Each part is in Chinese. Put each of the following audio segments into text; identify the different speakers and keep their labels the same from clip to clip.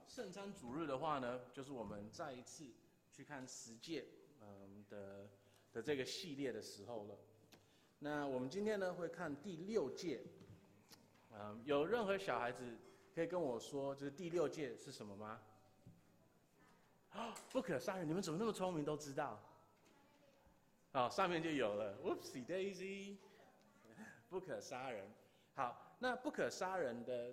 Speaker 1: 圣餐主日的话呢，就是我们再一次去看十诫的这个系列的时候了。那我们今天呢会看第6诫。有任何小孩子可以跟我说，就是第6诫是什么吗？不可杀人，你们怎么那么聪明都知道？上面就有了 ，Whoopsie Daisy， 不可杀人。好，那不可杀人的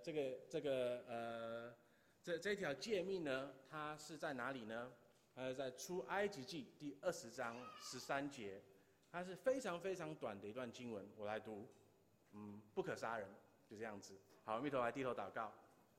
Speaker 1: 这条诫命呢，它是在哪里呢？它是在出埃及记第20章13节，它是非常非常短的一段经文，我来读。不可杀人，就这样子。好，阿弥陀佛，低头祷告。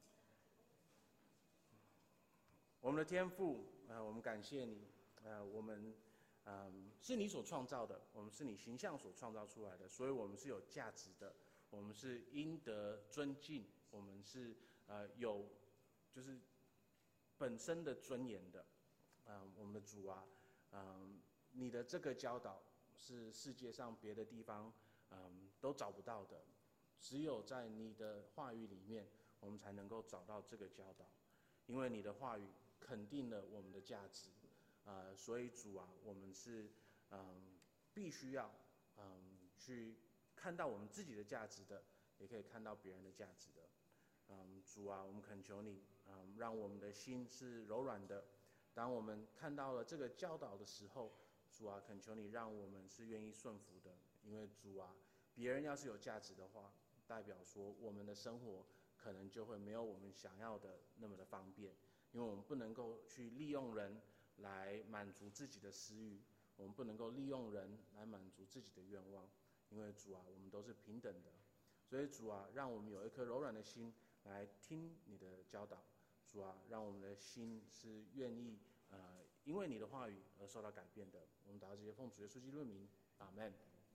Speaker 1: 我们的天父，我们感谢你，我们是你所创造的，我们是你形象所创造出来的，所以我们是有价值的，我们是应得尊敬，我们是有就是本身的尊严的。我们的主啊，你的这个教导是世界上别的地方都找不到的，只有在你的话语里面，我们才能够找到这个教导，因为你的话语肯定了我们的价值，所以主啊，我们是必须要去看到我们自己的价值的，也可以看到别人的价值的。主啊，我们恳求你，让我们的心是柔软的。当我们看到了这个教导的时候，主啊，恳求你让我们是愿意顺服的，因为主啊，别人要是有价值的话，代表说我们的生活可能就会没有我们想要的那么的方便，因为我们不能够去利用人来满足自己的私欲，我们不能够利用人来满足自己的愿望，因为主啊，我们都是平等的。所以主啊，让我们有一颗柔软的心来听你的教导。主啊，让我们的心是愿意因为你的话语而受到改变的。我们祷告这些奉主耶稣基督的名，阿们。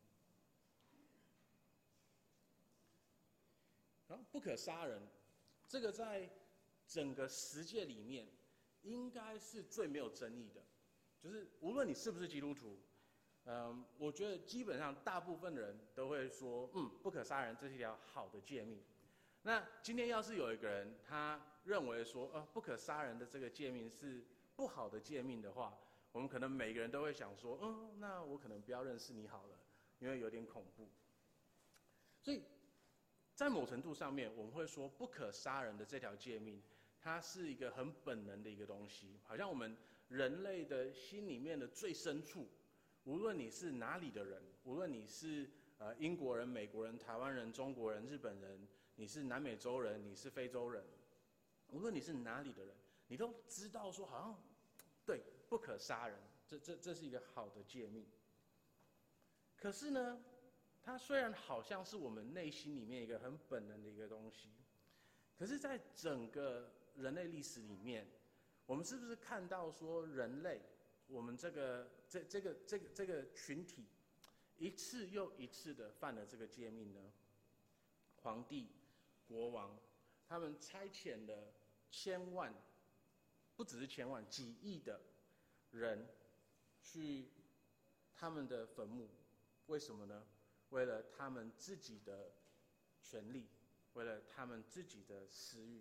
Speaker 1: 然后不可杀人，这个在整个十诫里面应该是最没有争议的，就是无论你是不是基督徒，我觉得基本上大部分人都会说，不可杀人这是一条好的诫命。那今天要是有一个人他认为说，不可杀人的这个诫命是不好的诫命的话，我们可能每个人都会想说，那我可能不要认识你好了，因为有点恐怖。所以在某程度上面，我们会说不可杀人的这条诫命，它是一个很本能的一个东西，好像我们人类的心里面的最深处，无论你是哪里的人，无论你是英国人、美国人、台湾人、中国人、日本人，你是南美洲人，你是非洲人，无论你是哪里的人，你都知道说，好像对不可杀人，这是一个好的诫命。可是呢，它虽然好像是我们内心里面一个很本能的一个东西，可是在整个人类历史里面，我们是不是看到说人类，我们这个群体，一次又一次的犯了这个诫命呢？皇帝、国王，他们差遣了千万，不只是千万，几亿的人去他们的坟墓，为什么呢？为了他们自己的权利，为了他们自己的私欲。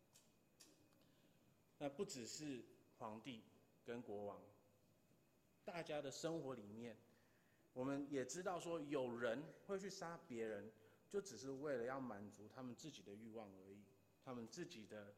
Speaker 1: 那不只是皇帝跟国王，大家的生活里面，我们也知道说，有人会去杀别人，就只是为了要满足他们自己的欲望而已，他们自己的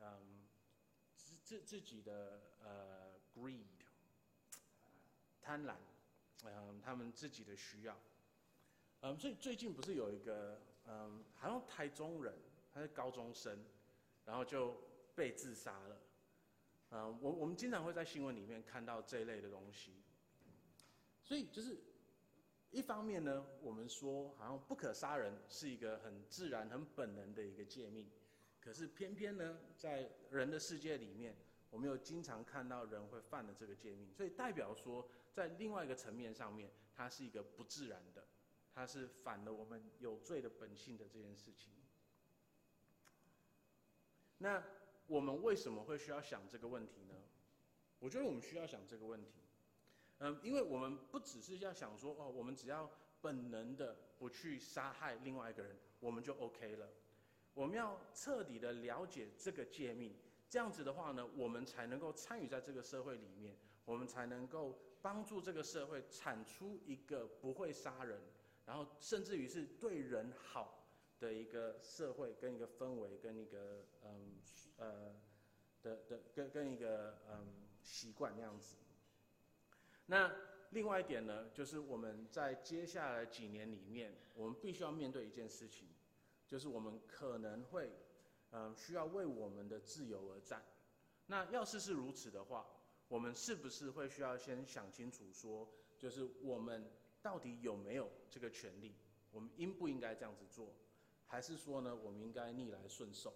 Speaker 1: 自己的greed 贪婪，他们自己的需要。所以最近不是有一个好像台中人，他是高中生，然后就被自杀了。我们经常会在新闻里面看到这一类的东西。所以就是一方面呢，我们说好像不可杀人是一个很自然、很本能的一个诫命，可是偏偏呢，在人的世界里面，我们又经常看到人会犯了这个诫命，所以代表说，在另外一个层面上面，它是一个不自然的，它是反了我们有罪的本性的这件事情。那我们为什么会需要想这个问题呢？我觉得我们需要想这个问题，因为我们不只是要想说，我们只要本能的不去杀害另外一个人，我们就 OK 了。我们要彻底的了解这个诫命， 这样子的话呢，我们才能够参与在这个社会里面，我们才能够帮助这个社会产出一个不会杀人，然后甚至于是对人好的一个社会跟一个氛围跟一个跟一个习惯那样子。那另外一点呢，就是我们在接下来几年里面，我们必须要面对一件事情，就是我们可能会需要为我们的自由而战。那要是如此的话，我们是不是会需要先想清楚说，就是我们到底有没有这个权利？我们应不应该这样子做？还是说呢，我们应该逆来顺受？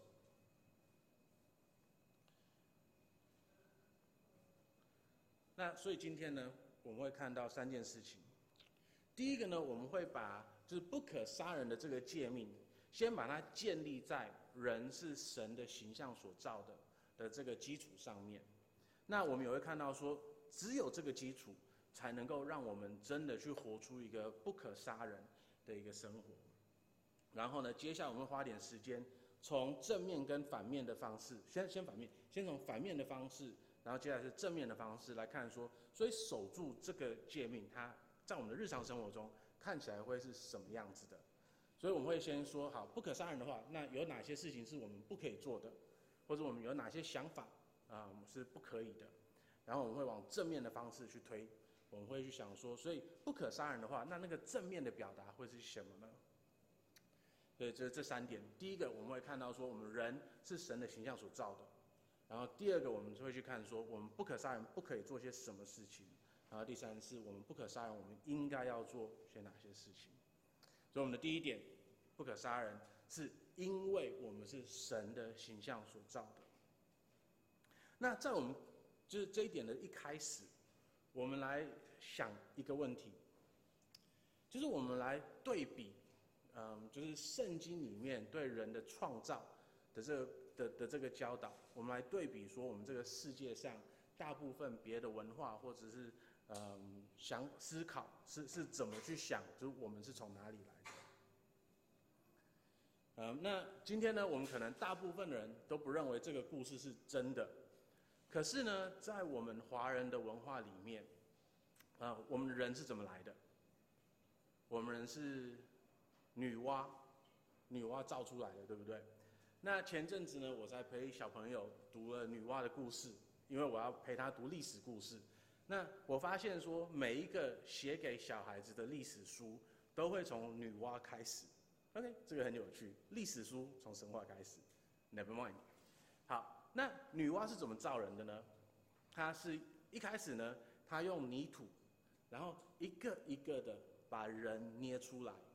Speaker 1: 那所以今天呢，我们会看到3件事情。第一个呢，我们会把就是不可杀人的这个诫命，先把它建立在人是神的形象所造的这个基础上面。那我们也会看到说，只有这个基础，才能够让我们真的去活出一个不可杀人的一个生活。然后呢，接下来我们会花点时间，从正面跟反面的方式，先反面，先从反面的方式，然后接下来是正面的方式来看说，所以守住这个诫命，它在我们的日常生活中看起来会是什么样子的。所以我们会先说，好，不可杀人的话，那有哪些事情是我们不可以做的，或者我们有哪些想法是不可以的。然后我们会往正面的方式去推，我们会去想说，所以不可杀人的话，那个正面的表达会是什么呢？所以这3点，第一个我们会看到说，我们人是神的形象所造的。然后第二个，我们就会去看说，我们不可杀人，不可以做些什么事情。然后第3是我们不可杀人，我们应该要做些哪些事情。所以我们的第一点，不可杀人，是因为我们是神的形象所造的。那在我们就是这一点的一开始，我们来想一个问题，就是我们来对比，就是圣经里面对人的创造的这个教导，我们来对比说，我们这个世界上大部分别的文化或者是想思考是怎么去想，就是我们是从哪里来的。那今天呢，我们可能大部分的人都不认为这个故事是真的，可是呢，在我们华人的文化里面，我们人是怎么来的？我们人是女娲造出来的，对不对？那前阵子呢，我在陪小朋友读了女娲的故事，因为我要陪他读历史故事。那我发现说，每一个写给小孩子的历史书，都会从女娲开始。OK， 这个很有趣，历史书从神话开始。Never mind。好，那女娲是怎么造人的呢？她是一开始呢，她用泥土，然后一个一个的把人捏出来。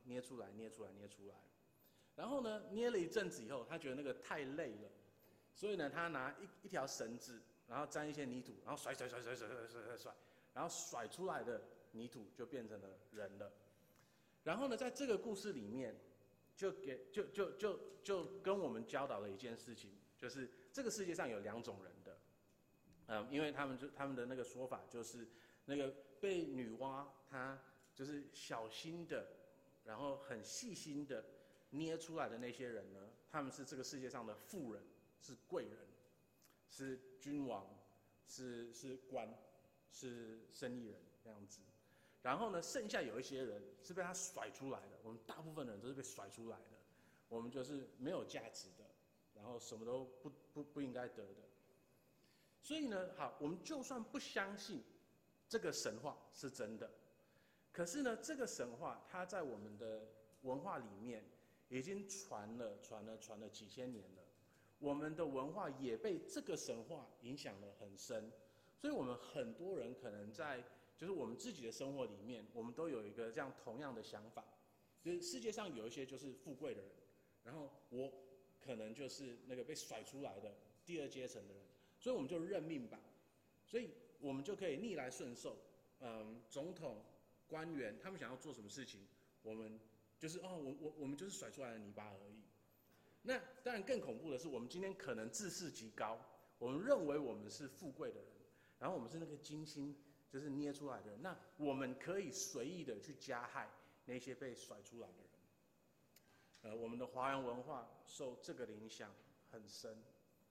Speaker 1: 然后呢，捏了一阵子以后，她觉得那个太累了，所以呢，她拿一条绳子，然后沾一些泥土，然后甩，然后甩出来的泥土就变成了人了。然后呢，在这个故事里面，就跟我们教导了一件事情，就是这个世界上有2种人的，因为他们的那个说法就是那个被女娲她就是小心的，然后很细心的捏出来的那些人呢，他们是这个世界上的富人，是贵人，是君王，是官，是生意人这样子。然后呢，剩下有一些人是被他甩出来的，我们大部分的人都是被甩出来的，我们就是没有价值的，然后什么都不应该得的。所以呢，好，我们就算不相信这个神话是真的，可是呢，这个神话它在我们的文化里面已经传了几千年了，我们的文化也被这个神话影响了很深，所以我们很多人可能在就是我们自己的生活里面，我们都有一个这样同样的想法，就是世界上有一些就是富贵的人，然后我可能就是那个被甩出来的第2阶层的人，所以我们就认命吧，所以我们就可以逆来顺受。总统、官员他们想要做什么事情，我们就是我们就是甩出来的泥巴而已。那当然更恐怖的是，我们今天可能自视极高，我们认为我们是富贵的人，然后我们是那个精心就是捏出来的人，那我们可以随意的去加害那些被甩出来的人。我们的华人文化受这个的影响很深，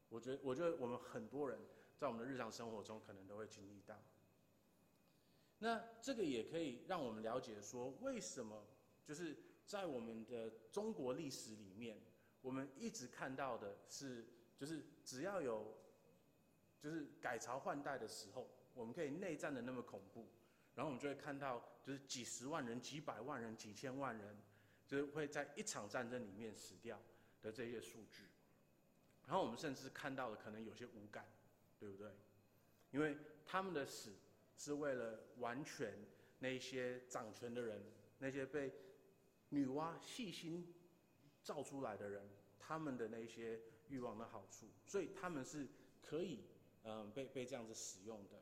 Speaker 1: 我觉得我们很多人在我们的日常生活中可能都会经历到。那这个也可以让我们了解说，为什么就是在我们的中国历史里面，我们一直看到的是，就是只要有就是改朝换代的时候，我们可以内战的那么恐怖，然后我们就会看到就是几十万人、几百万人、几千万人，就是会在一场战争里面死掉的这些数据。然后我们甚至看到了可能有些无感，对不对？因为他们的死是为了完全那些掌权的人，那些被女娲细心造出来的人，他们的那些欲望的好处，所以他们是可以被这样子使用的。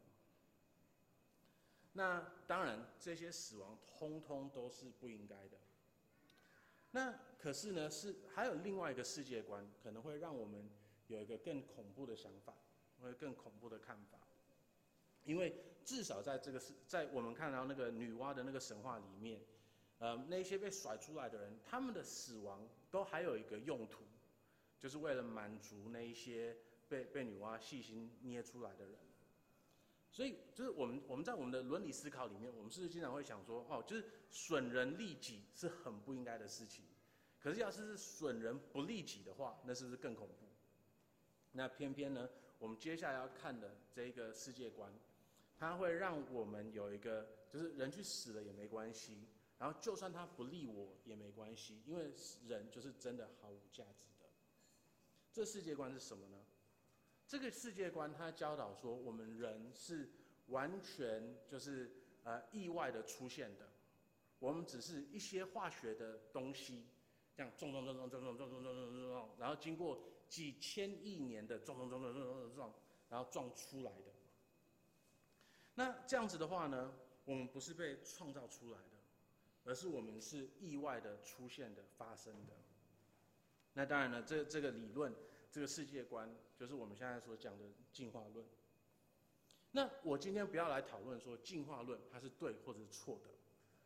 Speaker 1: 那当然，这些死亡通通都是不应该的。那可是呢，还有另外一个世界观，可能会让我们有一个更恐怖的想法，或者更恐怖的看法。因为至少在我们看到那个女娲的那个神话里面，那些被甩出来的人，他们的死亡都还有一个用途，就是为了满足那一些被女娲细心捏出来的人。所以，就是我们在我们的伦理思考里面，我们是不是经常会想说，就是损人利己是很不应该的事情。可是，要是损人不利己的话，那是不是更恐怖？那偏偏呢，我们接下来要看的这个世界观，它会让我们有一个，就是人去死了也没关系，然后就算他不利我也没关系，因为人就是真的毫无价值的。这世界观是什么呢？这个世界观它教导说，我们人是完全就是意外的出现的，我们只是一些化学的东西，这样撞，然后经过几千亿年的撞，然后撞出来的。那这样子的话呢，我们不是被创造出来的，而是我们是意外的出现的、发生的。那当然了，这个理论、这个世界观，就是我们现在所讲的进化论。那我今天不要来讨论说进化论它是对或者是错的，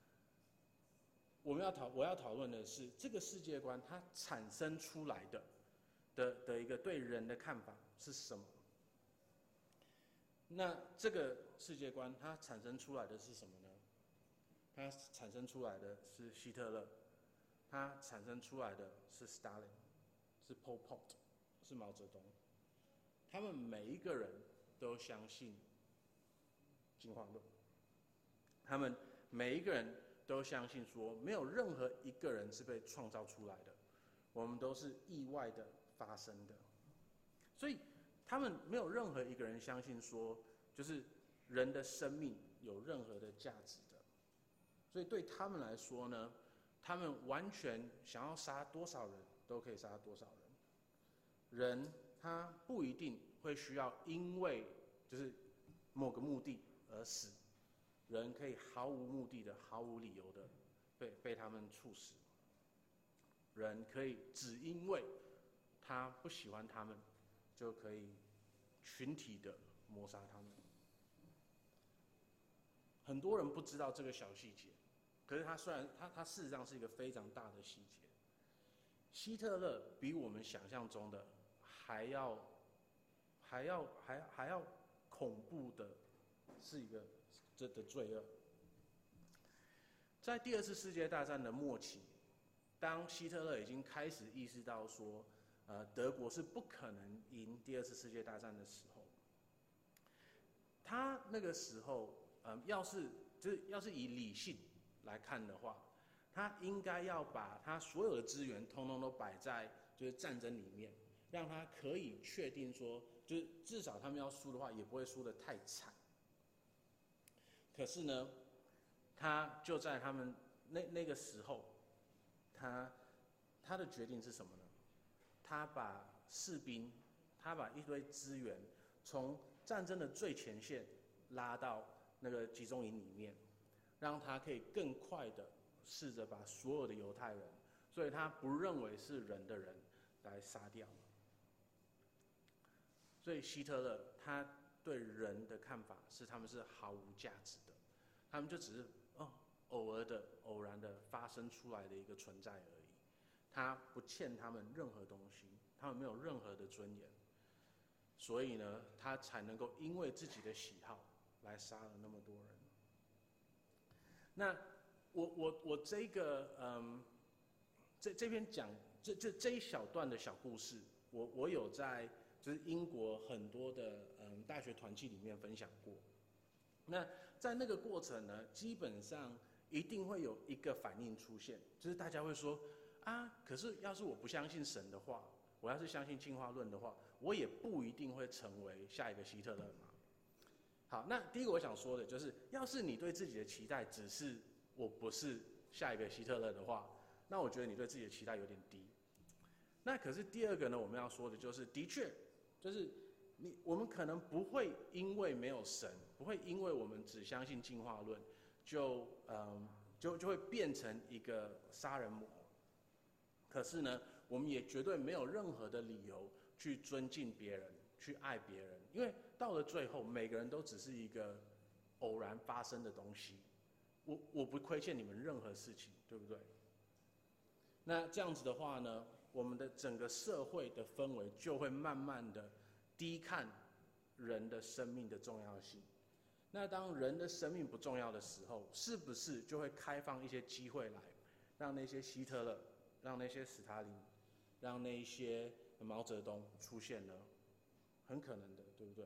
Speaker 1: 我要讨论的是这个世界观它产生出来的一个对人的看法是什么？那这个世界观它产生出来的是什么呢？它产生出来的是希特勒，它产生出来的是 Stalin， 是 Pol Pot， 是毛泽东。他们每一个人都相信进化论，他们每一个人都相信说，没有任何一个人是被创造出来的，我们都是意外的发生的。所以他们没有任何一个人相信说，就是人的生命有任何的价值的。所以对他们来说呢，他们完全想要杀多少人都可以杀多少人。人他不一定会需要因为就是某个目的而死，人可以毫无目的的、毫无理由的被他们处死。人可以只因为他不喜欢他们，就可以群体的谋杀他们。很多人不知道这个小细节，可是虽然它事实上是一个非常大的细节。希特勒比我们想象中的还要恐怖的是一个的罪恶。在第二次世界大战的末期，当希特勒已经开始意識到说，德国是不可能赢第二次世界大战的时候，他那个时候，要是以理性来看的话，他应该要把他所有的资源通通都摆在就是战争里面，让他可以确定说，就是至少他们要输的话，也不会输得太惨。可是呢，他就在他们那个时候，他的决定是什么呢？他把士兵，他把一堆资源从战争的最前线拉到那个集中营里面，让他可以更快的试着把所有的犹太人，所以他不认为是人的人来杀掉。所以希特勒他对人的看法是他们是毫无价值的，他们就只是偶然的发生出来的一个存在而已，他不欠他们任何东西，他们没有任何的尊严。 所以呢，他才能够因为自己的喜好来杀了那么多人。那我这个这篇讲这一小段的小故事，我有在就是英国很多的大学团契里面分享过。那在那个过程呢，基本上一定会有一个反应出现，就是大家会说啊，可是要是我不相信神的话，我要是相信进化论的话，我也不一定会成为下一个希特勒嘛。好，那第一个我想说的就是，要是你对自己的期待只是我不是下一个希特勒的话，那我觉得你对自己的期待有点低。那可是第二个呢，我们要说的就是，的确，就是我们可能不会因为没有神，不会因为我们只相信进化论，就会变成一个杀人魔。可是呢，我们也绝对没有任何的理由去尊敬别人，去爱别人，因为到了最后，每个人都只是一个偶然发生的东西。我不亏欠你们任何事情，对不对？那这样子的话呢，我们的整个社会的氛围就会慢慢的低看人的生命的重要性。那当人的生命不重要的时候，是不是就会开放一些机会来，让那些希特勒，让那些史塔林，让那些毛泽东出现呢？很可能的，对不对？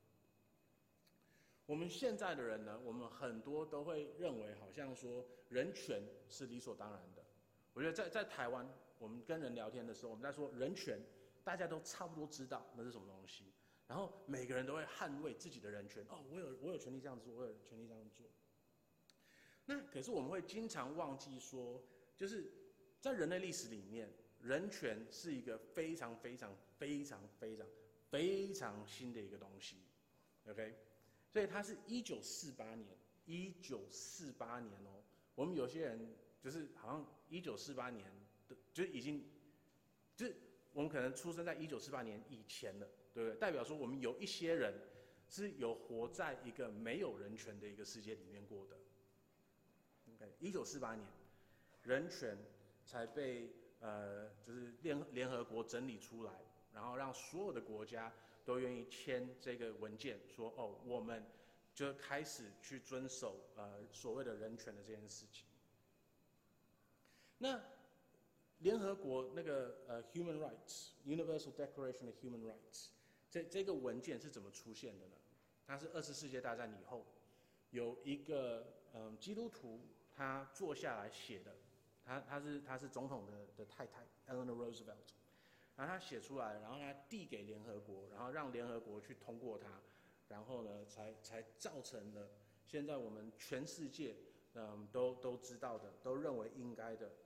Speaker 1: 我们现在的人呢，我们很多都会认为，好像说人权是理所当然的。我觉得在台湾，我们跟人聊天的时候，我们在说人权，大家都差不多知道那是什么东西，然后每个人都会捍卫自己的人权。哦，我有权利这样做，我有权利这样做。那可是我们会经常忘记说，就是在人类历史里面，人权是一个非常非常非常非常非常新的一个东西 ，OK？ 所以它是1948年哦，我们有些人就是好像1948年的，就已经，就是我们可能出生在1948年以前了，对不对？代表说我们有一些人是有活在一个没有人权的一个世界里面过的。OK，1948年，人权才被就是联合国整理出来，然后让所有的国家都愿意签这个文件，说哦，我们就开始去遵守所谓的人权的这件事情。那联合国那个Human Rights Universal Declaration of Human Rights 这个文件是怎么出现的呢？它是20世界大战以后有一个基督徒他坐下来写的，他是总统的太太 Eleanor Roosevelt， 然后他写出来，然后他递给联合国，然后让联合国去通过它，然后呢才造成了现在我们全世界都知道的，都认为应该的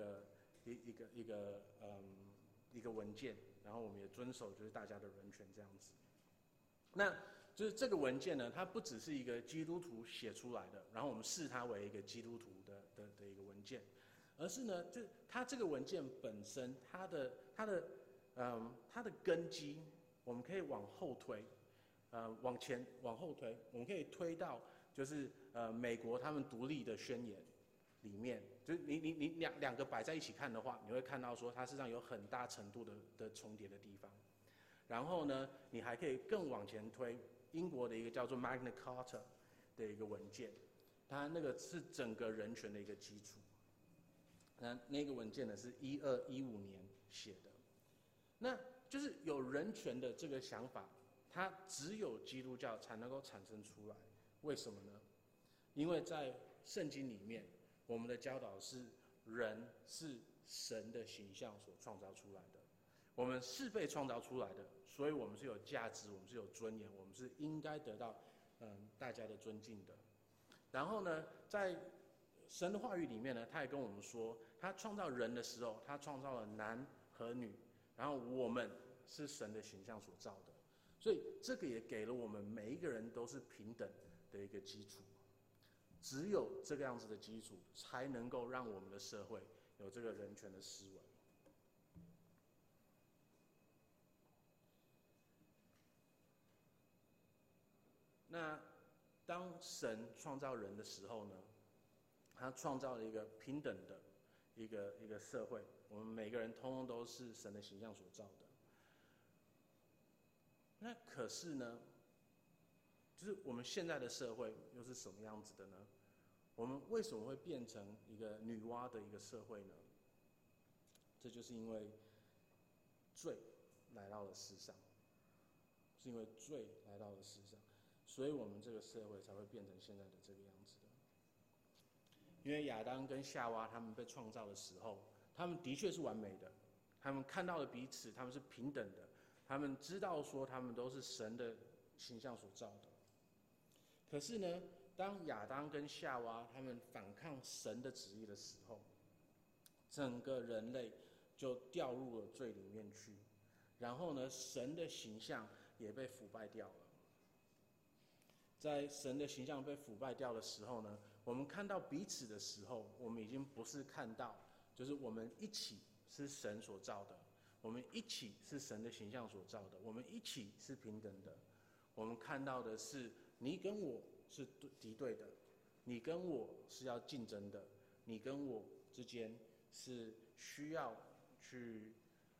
Speaker 1: 一个文件，然后我们也遵守就是大家的人权这样子。那就是这个文件呢，它不只是一个基督徒写出来的，然后我们视它为一个基督徒的一个文件，而是呢，就它这个文件本身，它的根基，我们可以往后推，往后推，我们可以推到就是美国他们独立的宣言里面，就是你两个摆在一起看的话，你会看到说它实际上有很大程度的重叠的地方。然后呢，你还可以更往前推，英国的一个叫做 Magna Carta 的一个文件，它那个是整个人权的一个基础。那个文件呢是1215年写的，那就是有人权的这个想法，它只有基督教才能够产生出来。为什么呢？因为在圣经里面，我们的教导是人是神的形象所创造出来的。我们是被创造出来的，所以我们是有价值，我们是有尊严，我们是应该得到大家的尊敬的。然后呢，在神的话语里面呢，他也跟我们说，他创造人的时候，他创造了男和女，然后我们是神的形象所造的，所以这个也给了我们每一个人都是平等的一个基础。只有这个样子的基础，才能够让我们的社会有这个人权的思维。那当神创造人的时候呢，他创造了一个平等的一个社会，我们每个人通通都是神的形象所造的。 那可是呢，就是我们现在的社会又是什么样子的呢？我们为什么会变成一个女娲的一个社会呢？这就是因为罪来到了世上，是因为罪来到了世上，所以我们这个社会才会变成现在的这个样子的。因为亚当跟夏娃他们被创造的时候，他们的确是完美的，他们看到了彼此，他们是平等的，他们知道说他们都是神的形象所造的。可是呢，当亚当跟夏娃他们反抗神的旨意的时候，整个人类就掉入了罪里面去，然后呢，神的形象也被腐败掉了。在神的形象被腐败掉的时候呢，我们看到彼此的时候，我们已经不是看到，就是我们一起是神所造的，我们一起是神的形象所造的，我们一起是平等的。我们看到的是你跟我是敌对的，你跟我是要竞争的，你跟我之间是需要去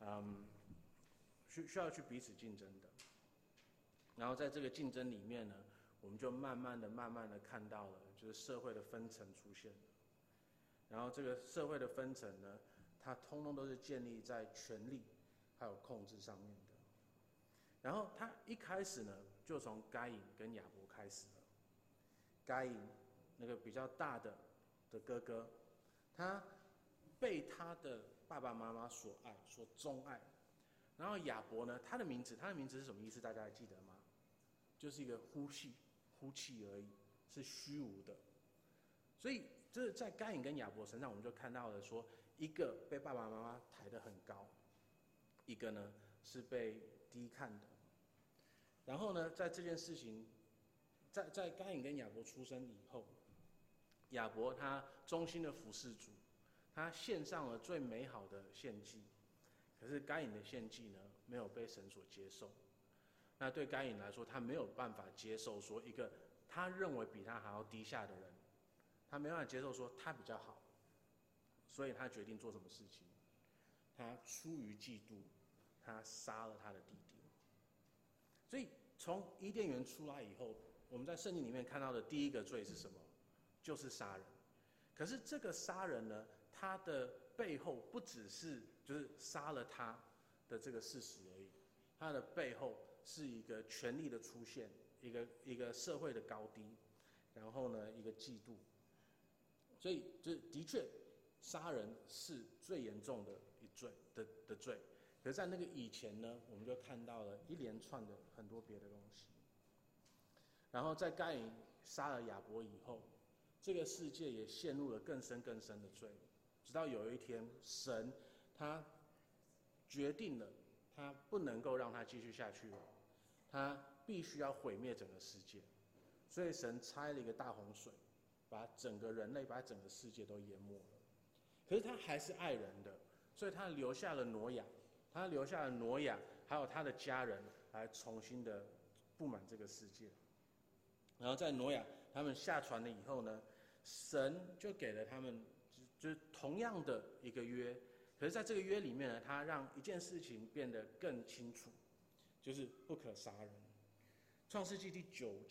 Speaker 1: 需要去彼此竞争的。然后在这个竞争里面呢，我们就慢慢的看到了，就是社会的分层出现了。然后这个社会的分层呢，它通通都是建立在权力还有控制上面的。然后它一开始呢，就从该隐跟亚伯开始了。该隐那个比较大的哥哥，他被他的爸爸妈妈所爱、所钟爱。然后亚伯呢，他的名字是什么意思？大家还记得吗？就是一个呼气而已，是虚无的。所以这在该隐跟亚伯身上，我们就看到了说，一个被爸爸妈妈抬得很高，一个呢是被低看的。然后呢，在这件事情，在该隐跟亚伯出生以后，亚伯他忠心的服侍主，他献上了最美好的献祭。可是该隐的献祭呢，没有被神所接受。那对该隐来说，他没有办法接受说一个他认为比他还要低下的人，他没办法接受说他比较好，所以他决定做什么事情？他出于嫉妒，他杀了他的弟弟。所以从伊甸园出来以后，我们在圣经里面看到的第一个罪是什么？就是杀人。可是这个杀人呢，他的背后不只是就是杀了他的这个事实而已，他的背后是一个权力的出现，一个社会的高低，然后呢一个嫉妒。所以这的确杀人是最严重的的罪。可是在那个以前呢，我们就看到了一连串的很多别的东西。然后在该隐杀了亚伯以后，这个世界也陷入了更深的罪。直到有一天，神他决定了，他不能够让他继续下去了，他必须要毁灭整个世界。所以神拆了一个大洪水，把整个人类、把整个世界都淹没了。可是他还是爱人的，所以他留下了挪亚，还有他的家人来重新的布满这个世界。然后在挪亚他们下船了以后呢，神就给了他们就是同样的一个约。可是在这个约里面呢，他让一件事情变得更清楚，就是不可杀人。创世纪第9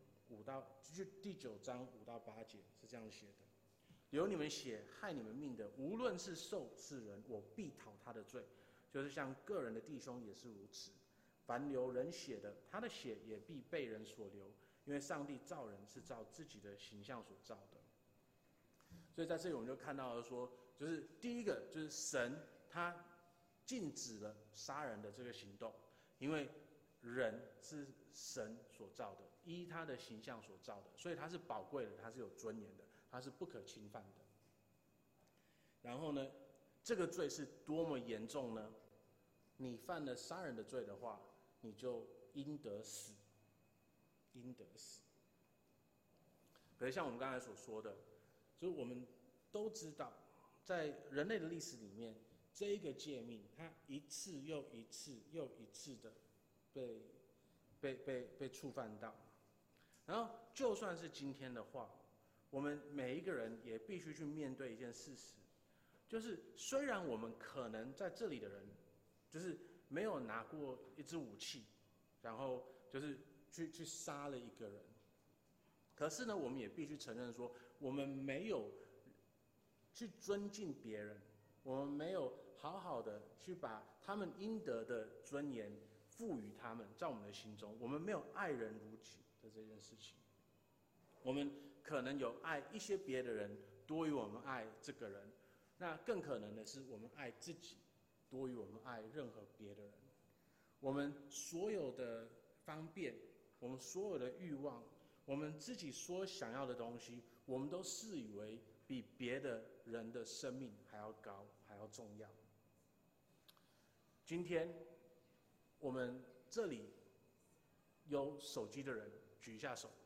Speaker 1: 章5到8节是这样写的：流你们血害你们命的，无论是兽是人，我必讨他的罪，就是像个人的弟兄也是如此。凡流人血的，他的血也必被人所流，因为上帝造人是照自己的形象所造的。所以在这里我们就看到了说，就是第一个就是神他禁止了杀人的这个行动，因为人是神所造的，依他的形象所造的，所以他是宝贵的，他是有尊严的，他是不可侵犯的。然后呢，这个罪是多么严重呢？你犯了杀人的罪的话，你就应得死，应得死。可是像我们刚才所说的，就是我们都知道，在人类的历史里面，这一个诫命，它一次又一次的被触犯到。然后就算是今天的话，我们每一个人也必须去面对一件事实，就是虽然我们可能在这里的人，就是没有拿过一支武器， 然后就是去杀了一个人。可是呢，我们也必须承认说，我们没有去尊敬别人，我们没有好好的去把他们应得的尊严赋予他们，在我们的心中，我们没有爱人如己的这件事情。我们可能有爱一些别的人多于我们爱这个人，那更可能的是我们爱自己多于我们爱任何别的人。我们所有的方便，我们所有的欲望，我们自己所想要的东西，我们都视以为比别的人的生命还要高，还要重要。今天我们这里有手机的人举一下手。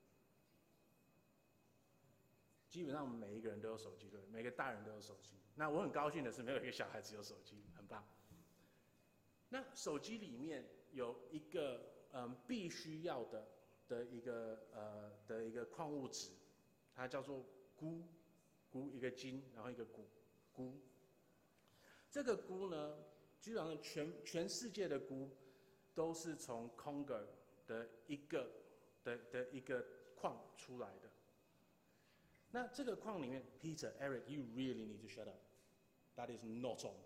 Speaker 1: 基本上每一个人都有手机，对，每个大人都有手机。那我很高兴的是，没有一个小孩子有手机，很棒。那手机里面有一个必须要的一个矿物质，它叫做钴，一个金，然后一个钴。这个钴呢，基本上全世界的钴都是从 Congo 的一个矿出来的。那这个矿里面 ，Peter, Eric, you really need to shut up. That is not on.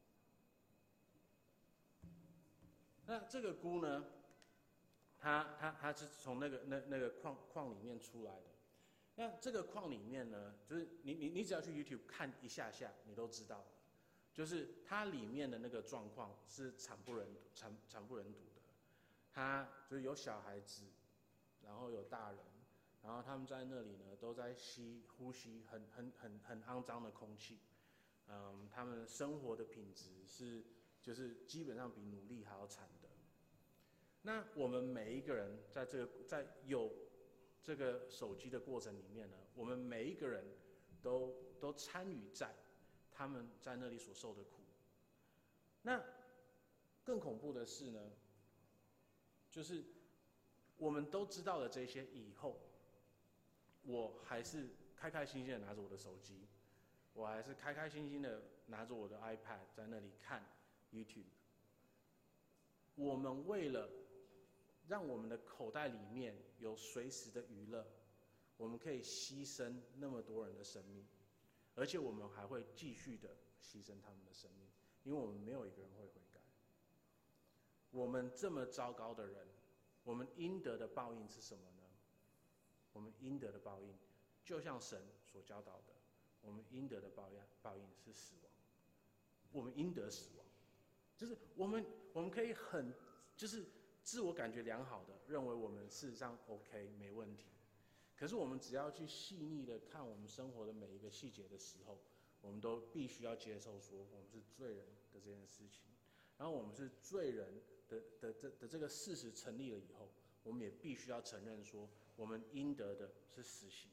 Speaker 1: 那这个钴呢，它是从那个矿里面出来的。那这个矿里面呢，就是你只要去 YouTube 看一下下，你都知道了，就是它里面的那个状况是惨不忍睹的。它就是有小孩子，然后有大人。然后他们在那里呢，都在呼吸很肮脏的空气，他们生活的品质就是基本上比奴隶还要惨的。那我们每一个人在有这个手机的过程里面呢，我们每一个人都参与在他们在那里所受的苦。那更恐怖的是呢，就是我们都知道了这些以后。我还是开开心心的拿着我的手机，我还是开开心心的拿着我的 iPad 在那里看 YouTube。我们为了让我们的口袋里面有随时的娱乐，我们可以牺牲那么多人的生命，而且我们还会继续的牺牲他们的生命，因为我们没有一个人会悔改。我们这么糟糕的人，我们应得的报应是什么呢？我们应得的报应，就像神所教导的，我们应得的报应是死亡。我们应得死亡，就是我们可以就是自我感觉良好的认为我们事实上 OK 没问题。可是我们只要去细腻的看我们生活的每一个细节的时候，我们都必须要接受说我们是罪人的这件事情。然后我们是罪人的这个事实成立了以后，我们也必须要承认说。我们应得的是死刑。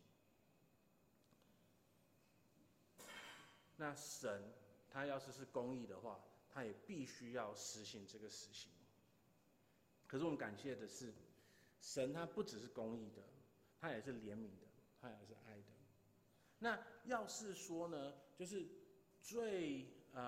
Speaker 1: 那神他要是公义的话，他也必须要实行这个死刑。可是我们感谢的是，神他不只是公义的，他也是怜悯的，他也是爱的。那要是说呢，就是最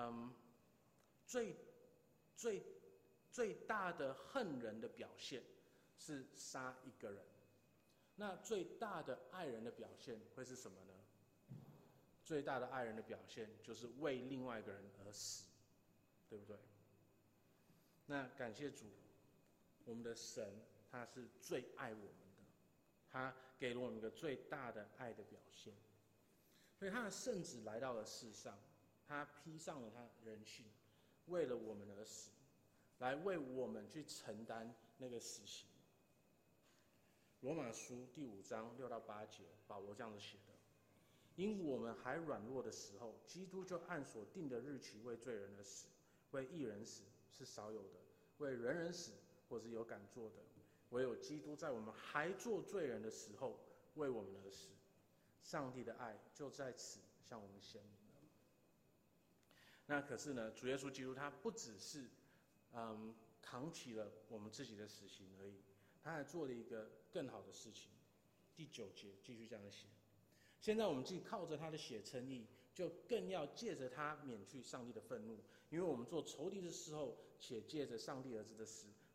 Speaker 1: 大的恨人的表现是杀一个人。那最大的爱人的表现会是什么呢？最大的爱人的表现就是为另外一个人而死，对不对？那感谢主，我们的神他是最爱我们的，他给了我们一个最大的爱的表现，所以他的圣子来到了世上，他披上了他人性，为了我们而死，来为我们去承担那个死刑。罗马书第5章6到8节，保罗这样子写的：因我们还软弱的时候，基督就按所定的日期为罪人而死，为义人死是少有的，为人人死或是有敢做的，唯有基督在我们还做罪人的时候为我们而死。上帝的爱就在此向我们显明了。那可是呢，主耶稣基督他不只是扛起了我们自己的死刑而已。他还做了一个更好的事情。第9节继续这样写：现在我们既靠着他的血称义，就更要借着他免去上帝的愤怒，因为我们做仇敌的时候，且借着上帝儿子的死，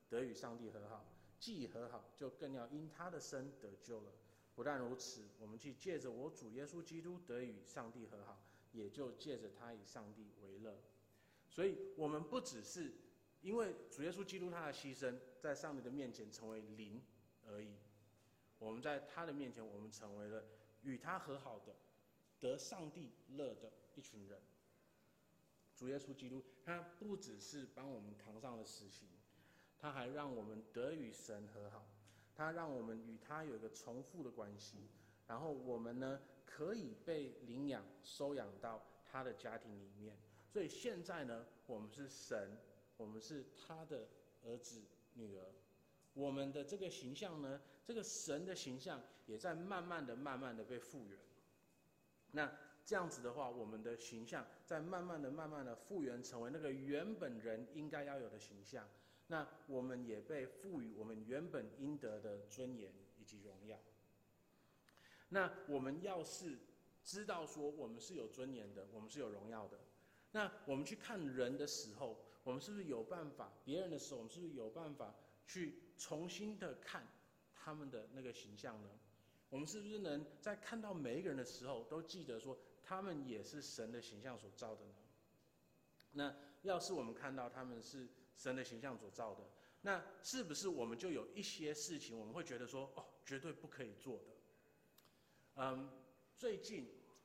Speaker 1: 得与上帝和好，既和好，就更要因他的生得救了。不但如此，我们既借着我主耶稣基督得与上帝和好，也就借着他以上帝为乐。所以，我们不只是因为主耶稣基督他的牺牲，在上帝的面前成为灵而已。我们在他的面前，我们成为了与他和好的、得上帝乐的一群人。主耶稣基督，他不只是帮我们扛上了死刑，他还让我们得与神和好，他让我们与他有一个重复的关系，然后我们呢可以被领养、收养到他的家庭里面。所以现在呢，我们是神，我们是他的儿子、女儿。我们的这个形象呢，这个神的形象也在慢慢的被复原。那这样子的话，我们的形象在慢慢的复原成为那个原本人应该要有的形象。那我们也被赋予我们原本应得的尊严以及荣耀。那我们要是知道说我们是有尊严的，我们是有荣耀的，那我们去看人的时候，我们是不是有办法？别人的时候，我们是不是有办法去重新的看他们的那个形象呢？我们是不是能在看到每一个人的时候，都记得说他们也是神的形象所造的呢？那要是我们看到他们是神的形象所造的，那是不是我们就有一些事情我们会觉得说，哦，绝对不可以做的？最近，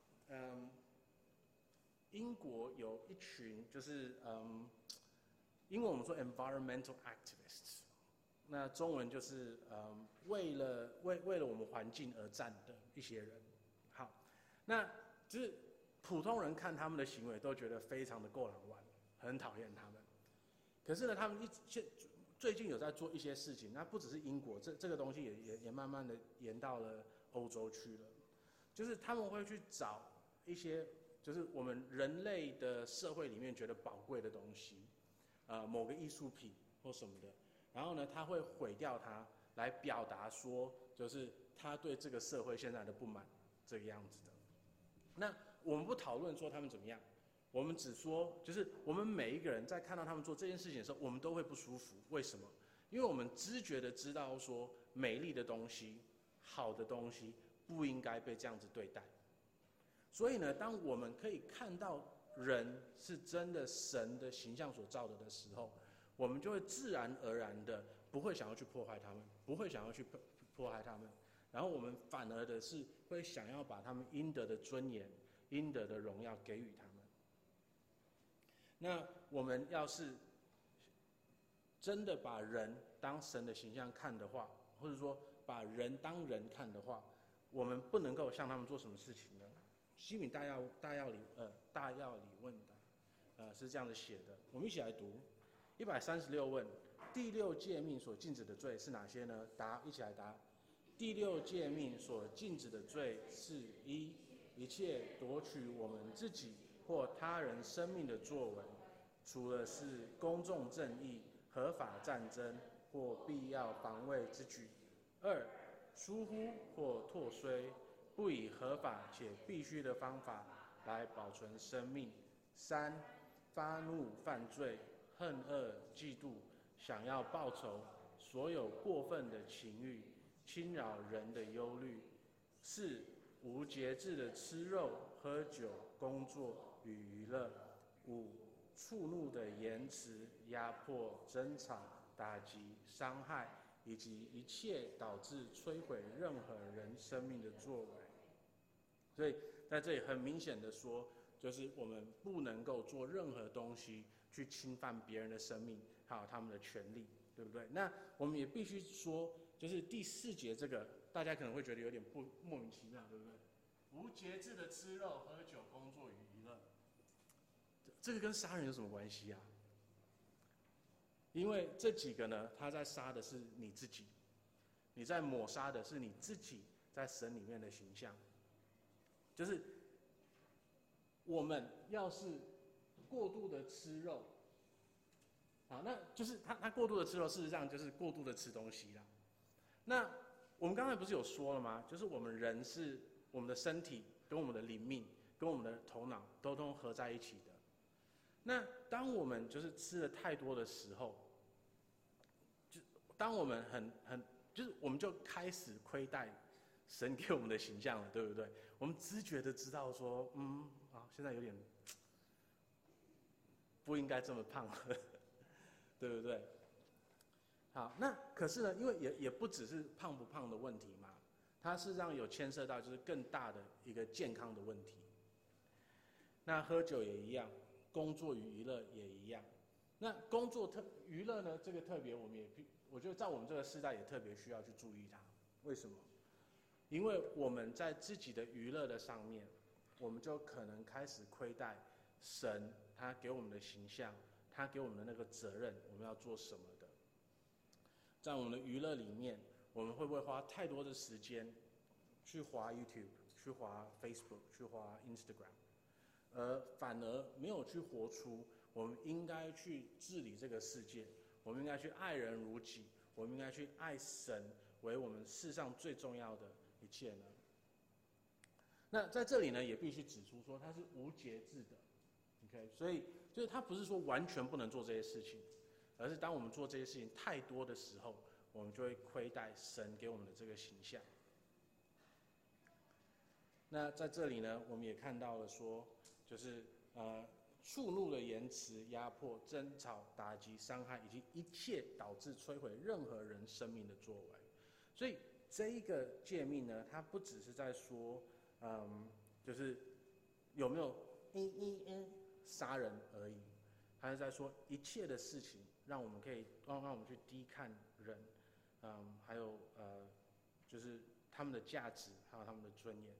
Speaker 1: 英国有一群就是英文我们说 environmental activists， 那中文就是为了我们环境而战的一些人。好，那就是普通人看他们的行为都觉得非常的够狼玩，很讨厌他们。可是呢，他们最近有在做一些事情，那不只是英国，这个东西也慢慢的延到了欧洲去了。就是他们会去找一些，就是我们人类的社会里面觉得宝贵的东西，某个艺术品或什么的，然后呢，他会毁掉它，来表达说，就是他对这个社会现在的不满，这个样子的。那我们不讨论说他们怎么样，我们只说，就是我们每一个人在看到他们做这件事情的时候，我们都会不舒服。为什么？因为我们知觉的知道说，美丽的东西、好的东西不应该被这样子对待。所以呢，当我们可以看到人是真的神的形象所造的时候，我们就会自然而然的不会想要去破坏他们，不会想要去迫害他们，然后我们反而的是会想要把他们应得的尊严、应得的荣耀给予他们。那我们要是真的把人当神的形象看的话，或者说把人当人看的话，我们不能够向他们做什么事情呢？西敏大要理问答，是这样子写的，我们一起来读。136问：第六诫命所禁止的罪是哪些呢？答，一起来答。第六诫命所禁止的罪是：一切夺取我们自己或他人生命的作为，除了是公众正义、合法战争或必要防卫之举；疏忽或拓绥，不以合法且必须的方法来保存生命；发怒犯罪、恨恶、嫉妒，想要报仇，所有过分的情欲，侵扰人的忧虑；无节制的吃肉、喝酒、工作与娱乐；触怒的言辞、压迫、争吵、打击、伤害，以及一切导致摧毁任何人生命的作为。所以在这里很明显的说，就是我们不能够做任何东西去侵犯别人的生命，还有他们的权利，对不对？那我们也必须说，就是第4节这个，大家可能会觉得有点莫名其妙，对不对？无节制的吃肉、喝酒、工作与娱乐，这个跟杀人有什么关系啊？因为这几个呢，他在杀的是你自己，你在抹杀的是你自己在神里面的形象。就是我们要是过度的吃肉，好，那就是他过度的吃肉，事实上就是过度的吃东西啦。那我们刚才不是有说了吗？就是我们人是我们的身体跟我们的灵命跟我们的头脑都合在一起的。那当我们就是吃了太多的时候，就当我们就是我们就开始亏待神给我们的形象了，对不对？我们知觉的知道说，现在有点不应该这么胖了，对不对？好，那可是呢，因为也不只是胖不胖的问题嘛，它事实上有牵涉到就是更大的一个健康的问题。那喝酒也一样，工作与娱乐也一样。那工作娱乐呢，这个特别我觉得在我们这个时代也特别需要去注意它。为什么？因为我们在自己的娱乐的上面，我们就可能开始亏待神他给我们的形象，他给我们的那个责任，我们要做什么的。在我们的娱乐里面，我们会不会花太多的时间去滑 YouTube、去滑 Facebook、去滑 Instagram，反而没有去活出我们应该去治理这个世界，我们应该去爱人如己，我们应该去爱神为我们世上最重要的一切呢？那在这里呢，也必须指出说，它是无节制的 ，OK， 所以就是它不是说完全不能做这些事情，而是当我们做这些事情太多的时候，我们就会亏待神给我们的这个形象。那在这里呢，我们也看到了说，就是触怒的言辞、压迫、争吵、打击、伤害，以及一切导致摧毁任何人生命的作为。所以这一个诫命呢，它不只是在说，就是有没有杀人而已，它是在说一切的事情，让我们去低看人，还有就是他们的价值，还有他们的尊严。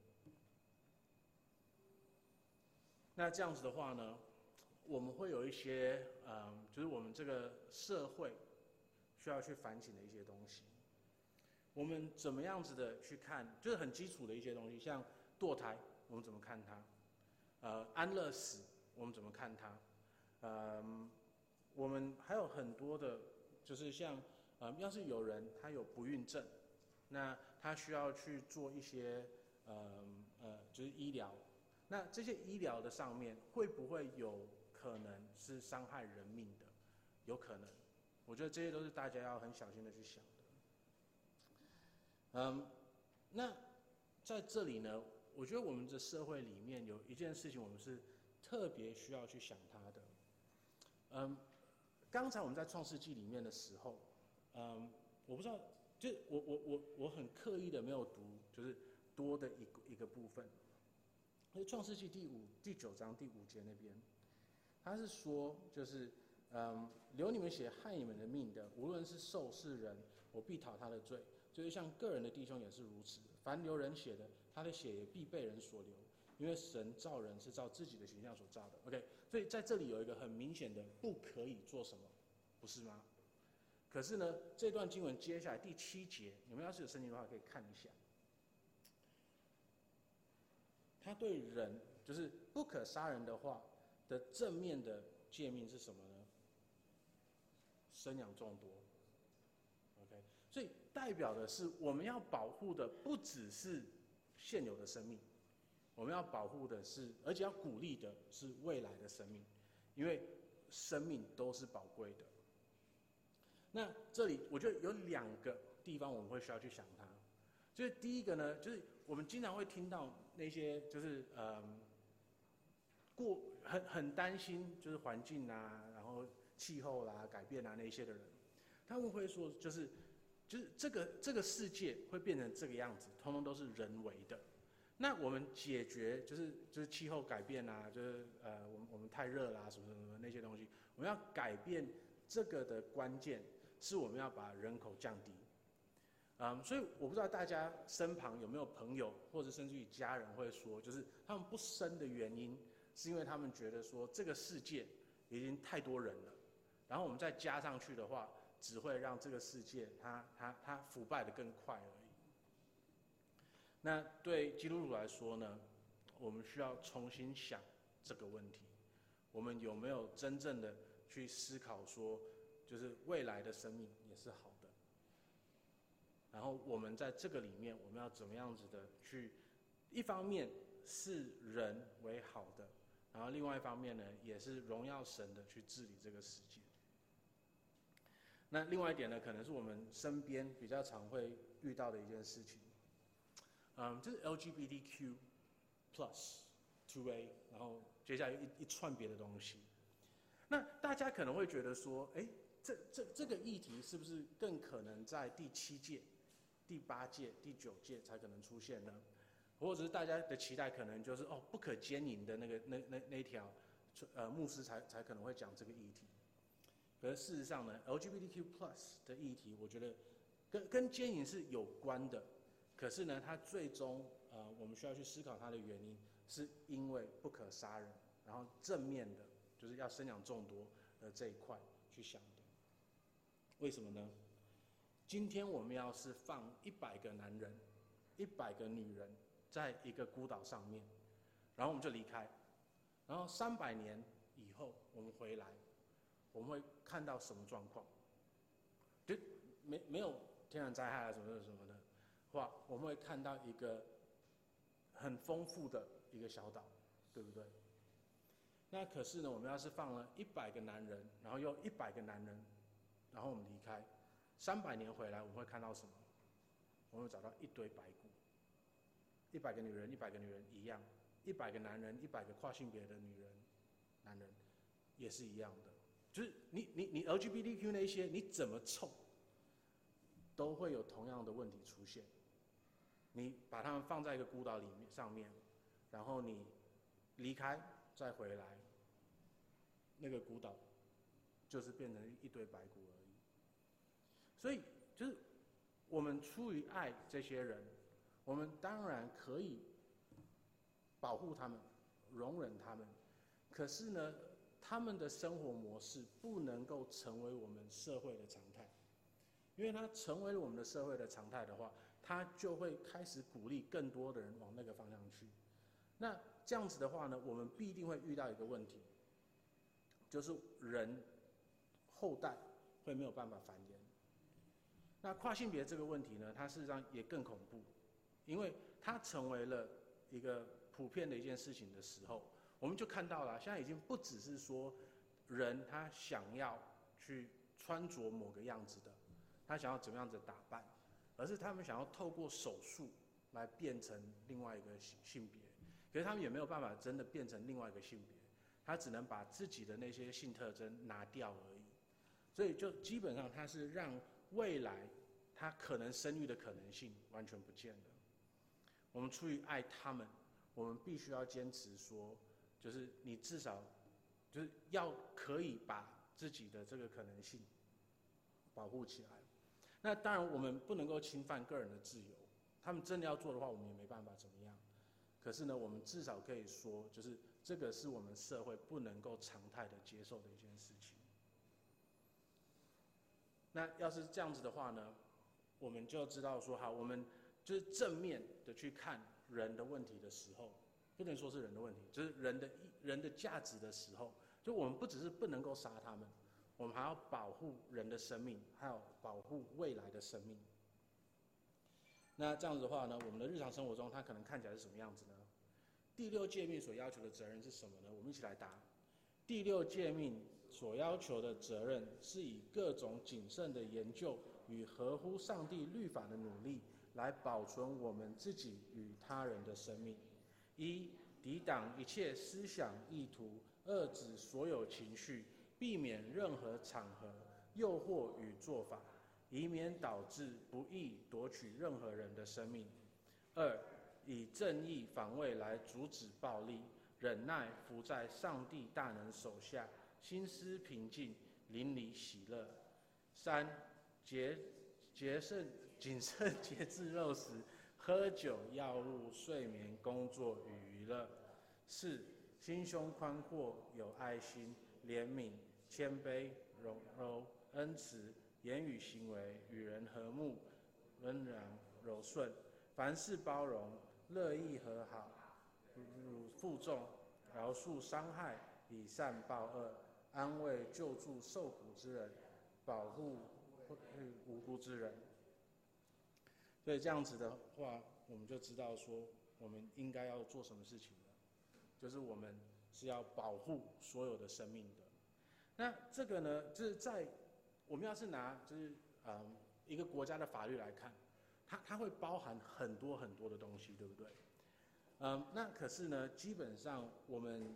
Speaker 1: 那这样子的话呢，我们会有一些就是我们这个社会需要去反省的一些东西。我们怎么样子的去看，就是很基础的一些东西，像堕胎，我们怎么看它？安乐死，我们怎么看它？我们还有很多的，就是像要是有人他有不孕症，那他需要去做一些就是医疗，那这些医疗的上面会不会有可能是伤害人命的？有可能，我觉得这些都是大家要很小心的去想的。那在这里呢，我觉得我们的社会里面有一件事情，我们是特别需要去想它的。刚才我们在创世纪里面的时候，我不知道，就我很刻意的没有读，就是多的一个部分。因为创世纪第9章第5节那边，他是说，就是流你们血害你们的命的，无论是兽是人，我必讨他的罪。就是像个人的弟兄也是如此，凡流人血的，他的血也必被人所流，因为神造人是照自己的形象所造的。OK， 所以在这里有一个很明显的不可以做什么，不是吗？可是呢，这段经文接下来第7节，你们要是有圣经的话可以看一下，他对人就是不可杀人的话的正面的诫命是什么呢？生养众多。OK， 所以代表的是我们要保护的不只是现有的生命，我们要保护的是，而且要鼓励的是未来的生命，因为生命都是宝贵的。那这里我觉得有2个地方我们会需要去想它，就是第一个呢，就是我们经常会听到那些就是很担心就是环境啊，然后气候啦、改变啊那些的人，他们会说就是这个世界会变成这个样子，通通都是人为的。那我们解决就是气候改变啊，就是我们太热啦、什么那些东西，我们要改变这个的关键是我们要把人口降低。所以我不知道大家身旁有没有朋友或者甚至于家人会说，就是他们不生的原因是因为他们觉得说这个世界已经太多人了，然后我们再加上去的话，只会让这个世界它腐败的更快而已。那对基督徒来说呢，我们需要重新想这个问题，我们有没有真正的去思考说，就是未来的生命也是好的，然后我们在这个里面，我们要怎么样子的去，一方面是人为好的，然后另外一方面呢，也是荣耀神的去治理这个世界。 那另外一点呢，可能是我们身边比较常会遇到的一件事情，就是 LGBTQ plus 2A， 然后接下来一串别的东西。那大家可能会觉得说，这个议题是不是更可能在第7届、第8届、第9届才可能出现呢？或者是大家的期待可能就是不可奸淫的那一条，牧师才可能会讲这个议题。可是事实上呢 ，LGBTQ+ 的议题，我觉得跟奸淫是有关的。可是呢，它最终我们需要去思考它的原因，是因为不可杀人，然后正面的就是要生养众多的这一块去想的。为什么呢？今天我们要是放100个男人、100个女人在一个孤岛上面，然后我们就离开，然后300年以后我们回来，我们会看到什么状况？就没有天然灾害啊什么的话，我们会看到一个很丰富的一个小岛，对不对？那可是呢，我们要是放了100个男人，然后又100个男人，然后我们离开，300年回来，我们会看到什么？我们会找到一堆白骨。100个女人，100个女人一样；100个男人，100个跨性别的女人、男人也是一样的。就是你 LGBTQ 那些，你怎么凑，都会有同样的问题出现。你把他们放在一个孤岛上面，然后你离开再回来，那个孤岛就是变成一堆白骨而已。所以就是我们出于爱这些人，我们当然可以保护他们、容忍他们，可是呢，他们的生活模式不能够成为我们社会的常态，因为它成为了我们的社会的常态的话，它就会开始鼓励更多的人往那个方向去。那这样子的话呢，我们必定会遇到一个问题，就是人后代会没有办法繁衍。那跨性别这个问题呢，它事实上也更恐怖，因为它成为了一个普遍的一件事情的时候，我们就看到了，现在已经不只是说人他想要去穿着某个样子的，他想要怎么样子打扮，而是他们想要透过手术来变成另外一个性别。可是他们也没有办法真的变成另外一个性别，他只能把自己的那些性特征拿掉而已。所以就基本上他是让未来他可能生育的可能性完全不见了。我们出于爱他们，我们必须要坚持说，就是你至少就是要可以把自己的这个可能性保护起来。那当然我们不能够侵犯个人的自由，他们真的要做的话，我们也没办法怎么样。可是呢，我们至少可以说，就是这个是我们社会不能够常态的接受的一件事情。那要是这样子的话呢，我们就知道说，好，我们就是正面的去看人的问题的时候，不能说是人的问题，就是人的价值的时候，就我们不只是不能够杀他们，我们还要保护人的生命，还有保护未来的生命。那这样子的话呢，我们的日常生活中，它可能看起来是什么样子呢？第6诫命所要求的责任是什么呢？我们一起来答。第6诫命所要求的责任，是以各种谨慎的研究与合乎上帝律法的努力，来保存我们自己与他人的生命。1. 抵挡一切思想意图，遏止所有情绪，避免任何场合、诱惑与做法，以免导致不义夺取任何人的生命。2. 以正义防卫来阻止暴力，忍耐服在上帝大能手下，心思平静，邻里喜乐。3. 谨慎节制肉食，喝酒、药物、睡眠、工作与娱乐。4. 心胸宽阔，有爱心、怜悯、谦卑、柔柔、恩慈，言语行为与人和睦、温良柔顺，凡事包容，乐意和好，负重，饶恕伤害，以善报恶，安慰救助受苦之人，保护无辜之人。所以这样子的话，我们就知道说，我们应该要做什么事情了，就是我们是要保护所有的生命的。那这个呢，就是在我们要是拿就是一个国家的法律来看，它会包含很多很多的东西，对不对？那可是呢，基本上我们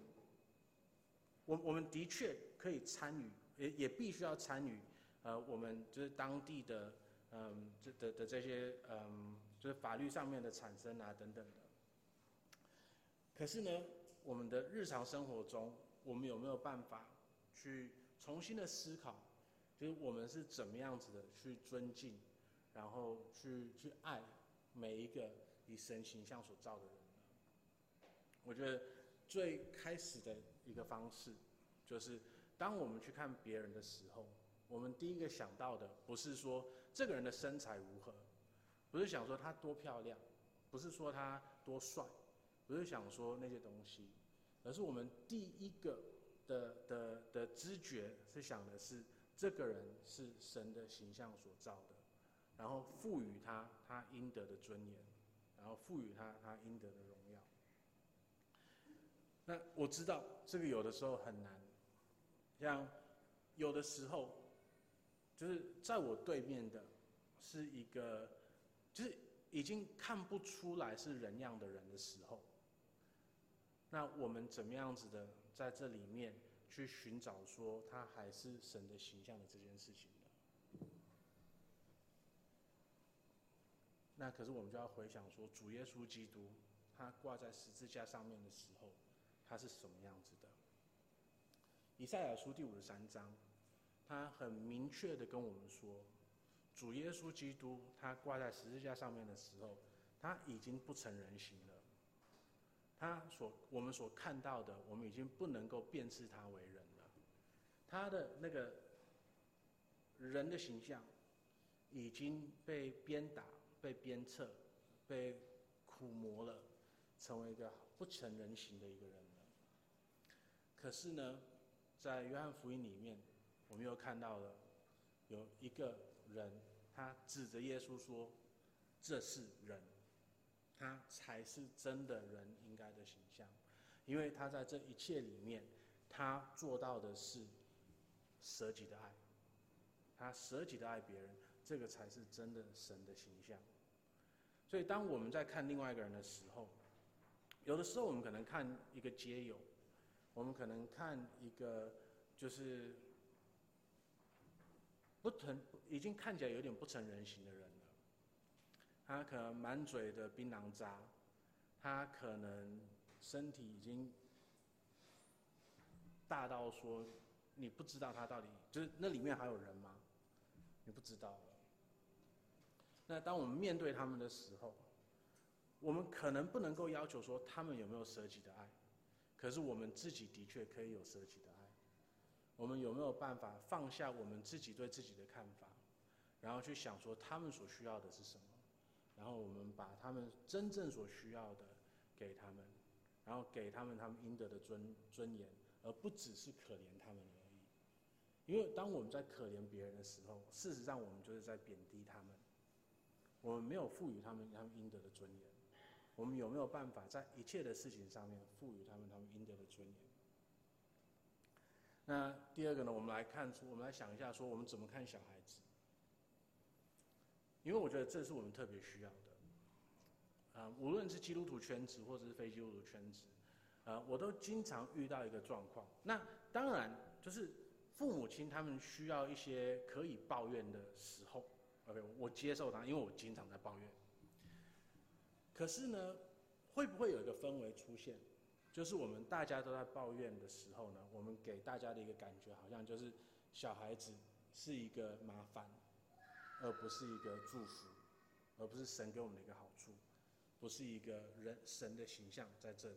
Speaker 1: 的确可以参与，也必须要参与，我们就是当地的这些就是法律上面的产生啊等等的。可是呢，我们的日常生活中，我们有没有办法去重新的思考，就是我们是怎么样子的去尊敬，然后去爱每一个以神形象所造的人呢？我觉得最开始的一个方式，就是当我们去看别人的时候，我们第一个想到的不是说这个人的身材如何，不是想说他多漂亮，不是说他多帅，不是想说那些东西，而是我们第一个的知觉是想的是这个人是神的形象所造的，然后赋予他应得的尊严，然后赋予他应得的荣耀。那我知道这个有的时候很难，像有的时候，就是在我对面的是一个，就是已经看不出来是人样的人的时候，那我们怎么样子的在这里面去寻找说他还是神的形象的这件事情呢？那可是我们就要回想说，主耶稣基督他挂在十字架上面的时候，他是什么样子的？以赛亚书第53章，他很明确的跟我们说，主耶稣基督他挂在十字架上面的时候，他已经不成人形了。我们所看到的，我们已经不能够辨识他为人了。他的那个人的形象已经被鞭打、被鞭策、被苦磨了，成为一个不成人形的一个人了。可是呢，在约翰福音里面，我们又看到了有一个人，他指着耶稣说：“这是人。”他才是真的人应该的形象，因为他在这一切里面，他做到的是舍己的爱，他舍己的爱别人，这个才是真的神的形象。所以当我们在看另外一个人的时候，有的时候我们可能看一个街友，我们可能看一个就是已经看起来有点不成人形的人了。他可能满嘴的槟榔渣，他可能身体已经大到说，你不知道他到底就是那里面还有人吗？你不知道了。那当我们面对他们的时候，我们可能不能够要求说他们有没有舍己的爱，可是我们自己的确可以有舍己的爱。我们有没有办法放下我们自己对自己的看法，然后去想说他们所需要的是什么？然后我们把他们真正所需要的给他们，然后给他们应得的尊严，而不只是可怜他们而已。因为当我们在可怜别人的时候，事实上我们就是在贬低他们，我们没有赋予他们应得的尊严。我们有没有办法在一切的事情上面赋予他们应得的尊严？那第二个呢，我们来想一下说，我们怎么看小孩子？因为我觉得这是我们特别需要的，无论是基督徒圈子或者是非基督徒圈子，我都经常遇到一个状况。那当然就是父母亲他们需要一些可以抱怨的时候 ，OK， 我接受他，因为我经常在抱怨。可是呢，会不会有一个氛围出现，就是我们大家都在抱怨的时候呢，我们给大家的一个感觉好像就是小孩子是一个麻烦，而不是一个祝福，而不是神给我们的一个好处，不是一个神的形象在这里。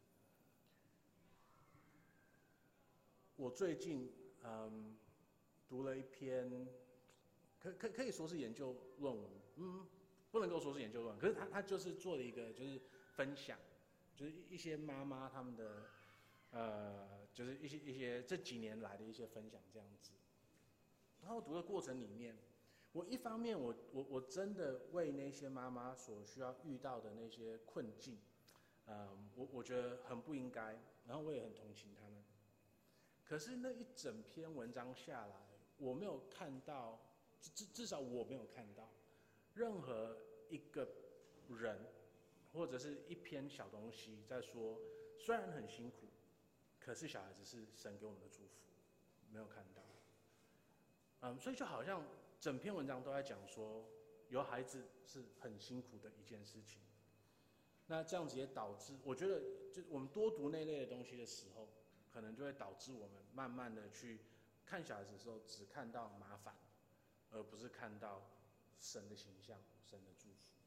Speaker 1: 我最近读了一篇，可以说是研究论文，不能够说是研究论文，可是他就是做了一个就是分享，就是一些妈妈他们的就是一些这几年来的一些分享这样子。然后读的过程里面，我一方面我真的为那些妈妈所需要遇到的那些困境，我觉得很不应该，然后我也很同情他们。可是那一整篇文章下来， 我没有看到，至少我没有看到任何一个人或者是一篇小东西在说，虽然很辛苦，可是小孩子是神给我们的祝福，没有看到。所以就好像整篇文章都在讲说，有孩子是很辛苦的一件事情。那这样子也导致，我觉得就我们多读那类的东西的时候，可能就会导致我们慢慢的去看小孩子的时候，只看到麻烦，而不是看到神的形象、神的祝福。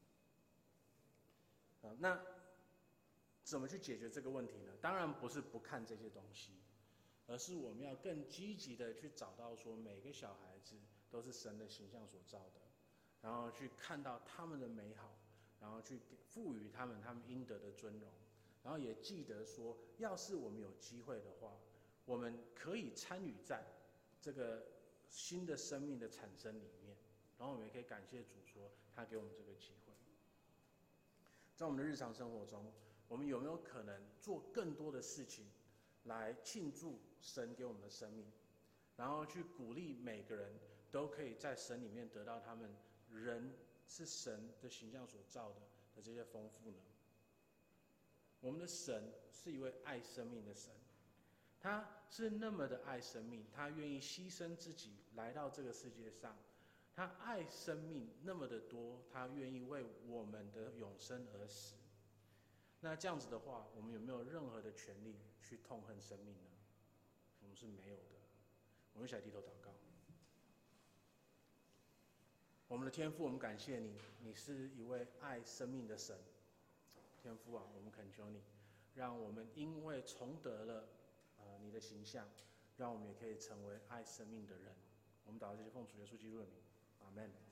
Speaker 1: 那怎么去解决这个问题呢？当然不是不看这些东西，而是我们要更积极的去找到说，每个小孩子都是神的形象所造的，然后去看到他们的美好，然后去赋予他们应得的尊荣，然后也记得说，要是我们有机会的话，我们可以参与在这个新的生命的产生里面，然后我们也可以感谢主说，他给我们这个机会。在我们的日常生活中，我们有没有可能做更多的事情，来庆祝神给我们的生命，然后去鼓励每个人都可以在神里面得到他们人是神的形象所造的这些丰富呢？我们的神是一位爱生命的神，他是那么的爱生命，他愿意牺牲自己来到这个世界上，他爱生命那么的多，他愿意为我们的永生而死。那这样子的话，我们有没有任何的权利去痛恨生命呢？我们是没有的。我们一起来低头祷告。我们的天父，我们感谢你，你是一位爱生命的神。天父啊，我们恳求你，让我们因为重得了你的形象，让我们也可以成为爱生命的人。我们祷告这些奉主耶稣基督的名，阿们。